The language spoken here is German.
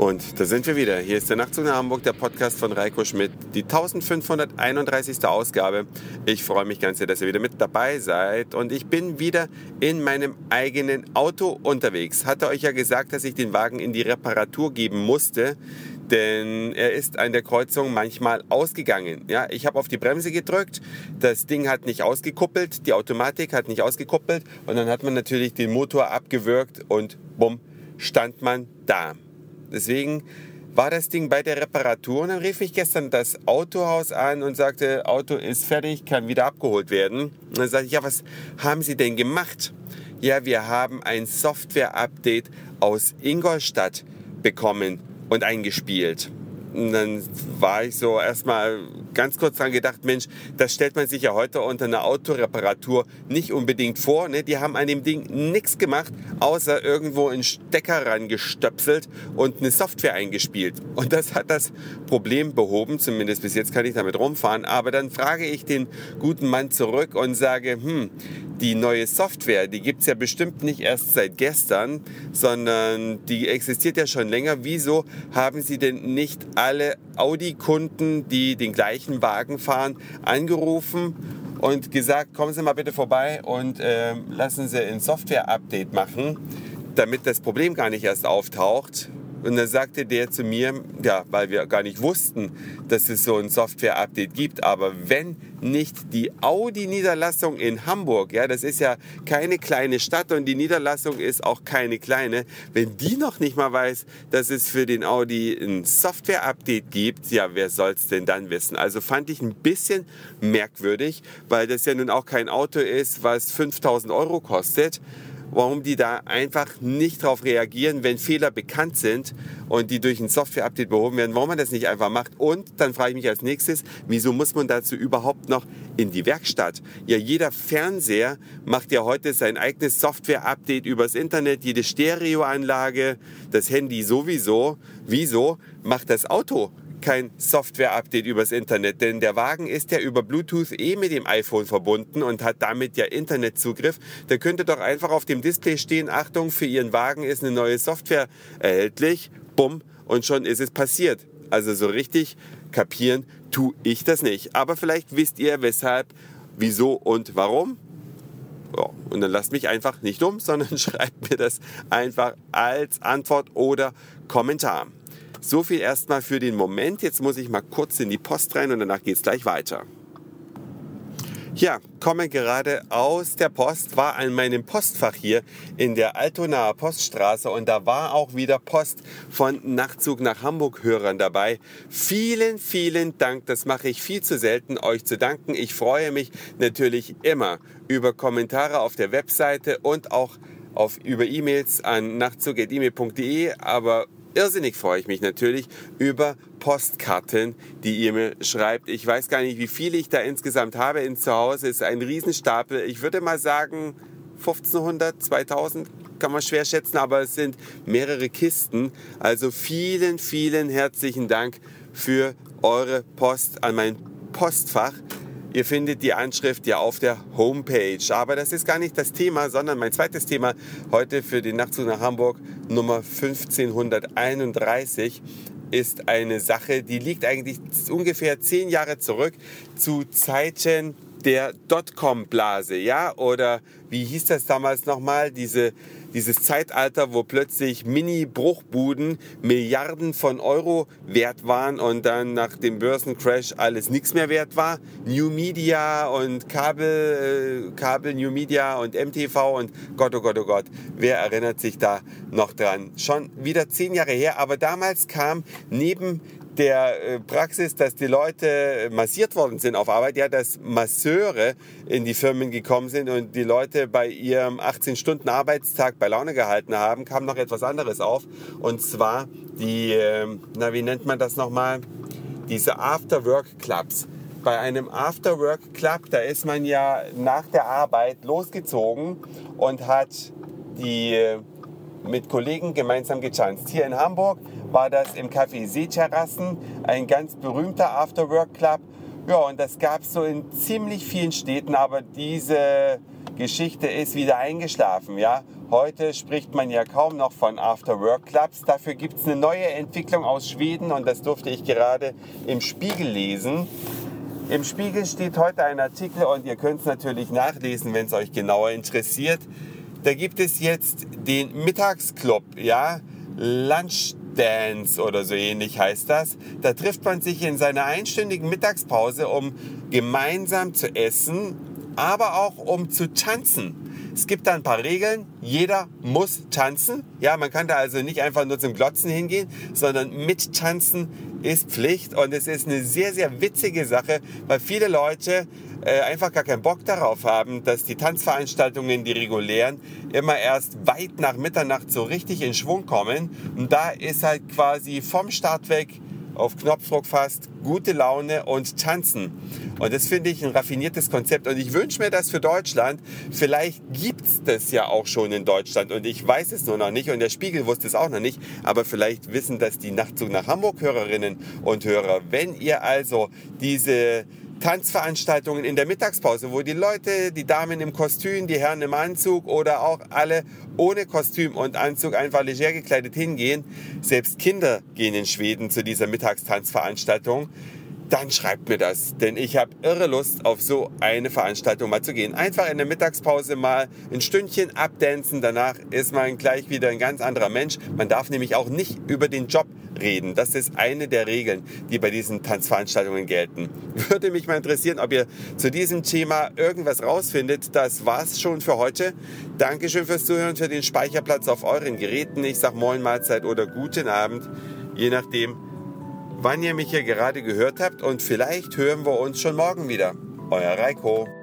Und da sind wir wieder. Hier ist der Nachtzug nach Hamburg, der Podcast von Reiko Schmidt, die 1531. Ausgabe. Ich freue mich ganz sehr, dass ihr wieder mit dabei seid. Und ich bin wieder in meinem eigenen Auto unterwegs. Hatte euch ja gesagt, dass ich den Wagen in die Reparatur geben musste, denn er ist an der Kreuzung manchmal ausgegangen. Ja, ich habe auf die Bremse gedrückt, das Ding hat nicht ausgekuppelt, die Automatik hat nicht ausgekuppelt und dann hat man natürlich den Motor abgewürgt und bumm, stand man da. Deswegen war das Ding bei der Reparatur und dann rief ich gestern das Autohaus an und sagte, Auto ist fertig, kann wieder abgeholt werden. Und dann sagte ich, ja, was haben Sie denn gemacht? Ja, wir haben ein Software-Update aus Ingolstadt bekommen und eingespielt. Und dann war ich so erstmal ganz kurz dran gedacht, Mensch, das stellt man sich ja heute unter einer Autoreparatur nicht unbedingt vor. Ne? Die haben an dem Ding nichts gemacht, außer irgendwo einen Stecker rangestöpselt und eine Software eingespielt. Und das hat das Problem behoben, zumindest bis jetzt kann ich damit rumfahren. Aber dann frage ich den guten Mann zurück und sage, die neue Software, die gibt's ja bestimmt nicht erst seit gestern, sondern die existiert ja schon länger. Wieso haben Sie denn nicht alle Audi-Kunden, die den gleichen Wagen fahren, angerufen und gesagt, kommen Sie mal bitte vorbei und lassen Sie ein Software-Update machen, damit das Problem gar nicht erst auftaucht? Und dann sagte der zu mir, ja, weil wir gar nicht wussten, dass es so ein Software-Update gibt, aber wenn nicht die Audi-Niederlassung in Hamburg, ja, das ist ja keine kleine Stadt und die Niederlassung ist auch keine kleine, wenn die noch nicht mal weiß, dass es für den Audi ein Software-Update gibt, ja, wer soll's denn dann wissen? Also fand ich ein bisschen merkwürdig, weil das ja nun auch kein Auto ist, was 5.000 Euro kostet. Warum die da einfach nicht darauf reagieren, wenn Fehler bekannt sind und die durch ein Software-Update behoben werden, warum man das nicht einfach macht. Und dann frage ich mich als nächstes, wieso muss man dazu überhaupt noch in die Werkstatt? Ja, jeder Fernseher macht ja heute sein eigenes Software-Update übers Internet, jede Stereoanlage, das Handy sowieso. Wieso macht das Auto kein Software-Update übers Internet, denn der Wagen ist ja über Bluetooth mit dem iPhone verbunden und hat damit ja Internetzugriff. Da könnte doch einfach auf dem Display stehen, Achtung, für Ihren Wagen ist eine neue Software erhältlich, bumm, und schon ist es passiert. Also so richtig kapieren tue ich das nicht. Aber vielleicht wisst ihr, weshalb, wieso und warum. Ja, und dann lasst mich einfach nicht sondern schreibt mir das einfach als Antwort oder Kommentar. So viel erstmal für den Moment. Jetzt muss ich mal kurz in die Post rein und danach geht es gleich weiter. Ja, komme gerade aus der Post, war an meinem Postfach hier in der Altonaer Poststraße und da war auch wieder Post von Nachtzug nach Hamburg Hörern dabei. Vielen, vielen Dank, das mache ich viel zu selten, euch zu danken. Ich freue mich natürlich immer über Kommentare auf der Webseite und auch über E-Mails an nachtzug@email.de, aber irrsinnig freue ich mich natürlich über Postkarten, die ihr mir schreibt. Ich weiß gar nicht, wie viele ich da insgesamt habe in zu Hause. Es ist ein Riesenstapel. Ich würde mal sagen 1500, 2000, kann man schwer schätzen, aber es sind mehrere Kisten. Also vielen, vielen herzlichen Dank für eure Post an mein Postfach. Ihr findet die Anschrift ja auf der Homepage. Aber das ist gar nicht das Thema, sondern mein zweites Thema heute für den Nachtzug nach Hamburg Nummer 1531 ist eine Sache, die liegt eigentlich ungefähr 10 Jahre zurück zu Zeiten der Dotcom-Blase, ja? Oder wie hieß das damals nochmal? Dieses Zeitalter, wo plötzlich Mini-Bruchbuden Milliarden von Euro wert waren und dann nach dem Börsencrash alles nichts mehr wert war. New Media und Kabel New Media und MTV und Gott, oh Gott, oh Gott. Wer erinnert sich da noch dran? Schon wieder 10 Jahre her, aber damals kam neben der Praxis, dass die Leute massiert worden sind auf Arbeit, ja, dass Masseure in die Firmen gekommen sind und die Leute bei ihrem 18-Stunden-Arbeitstag bei Laune gehalten haben, kam noch etwas anderes auf. Und zwar die, wie nennt man das nochmal? Diese After-Work-Clubs. Bei einem After-Work-Club, da ist man ja nach der Arbeit losgezogen und hat mit Kollegen gemeinsam gechanzt. Hier in Hamburg war das im Café Seeterrassen, ein ganz berühmter After-Work-Club. Ja, und das gab es so in ziemlich vielen Städten, aber diese Geschichte ist wieder eingeschlafen, ja. Heute spricht man ja kaum noch von After-Work-Clubs. Dafür gibt es eine neue Entwicklung aus Schweden und das durfte ich gerade im Spiegel lesen. Im Spiegel steht heute ein Artikel und ihr könnt es natürlich nachlesen, wenn es euch genauer interessiert. Da gibt es jetzt den Mittagsclub, ja, Lunch Dance oder so ähnlich heißt das. Da trifft man sich in seiner einstündigen Mittagspause, um gemeinsam zu essen, aber auch um zu tanzen. Es gibt da ein paar Regeln. Jeder muss tanzen. Ja, man kann da also nicht einfach nur zum Glotzen hingehen, sondern mittanzen ist Pflicht. Und es ist eine sehr, sehr witzige Sache, weil viele Leute einfach gar keinen Bock darauf haben, dass die Tanzveranstaltungen, die regulären, immer erst weit nach Mitternacht so richtig in Schwung kommen. Und da ist halt quasi vom Start weg auf Knopfdruck fast gute Laune und tanzen. Und das finde ich ein raffiniertes Konzept und ich wünsche mir das für Deutschland. Vielleicht gibt es das ja auch schon in Deutschland und ich weiß es nur noch nicht und der Spiegel wusste es auch noch nicht, aber vielleicht wissen das die Nachtzug nach Hamburg Hörerinnen und Hörer. Wenn ihr also diese Tanzveranstaltungen in der Mittagspause, wo die Leute, die Damen im Kostüm, die Herren im Anzug oder auch alle ohne Kostüm und Anzug einfach leger gekleidet hingehen, selbst Kinder gehen in Schweden zu dieser Mittagstanzveranstaltung, dann schreibt mir das, denn ich habe irre Lust auf so eine Veranstaltung mal zu gehen. Einfach in der Mittagspause mal ein Stündchen abdancen, danach ist man gleich wieder ein ganz anderer Mensch. Man darf nämlich auch nicht über den Job reden. Das ist eine der Regeln, die bei diesen Tanzveranstaltungen gelten. Würde mich mal interessieren, ob ihr zu diesem Thema irgendwas rausfindet. Das war's schon für heute. Dankeschön fürs Zuhören, für den Speicherplatz auf euren Geräten. Ich sag Moin, Mahlzeit oder guten Abend, je nachdem, wann ihr mich hier gerade gehört habt und vielleicht hören wir uns schon morgen wieder. Euer Reiko.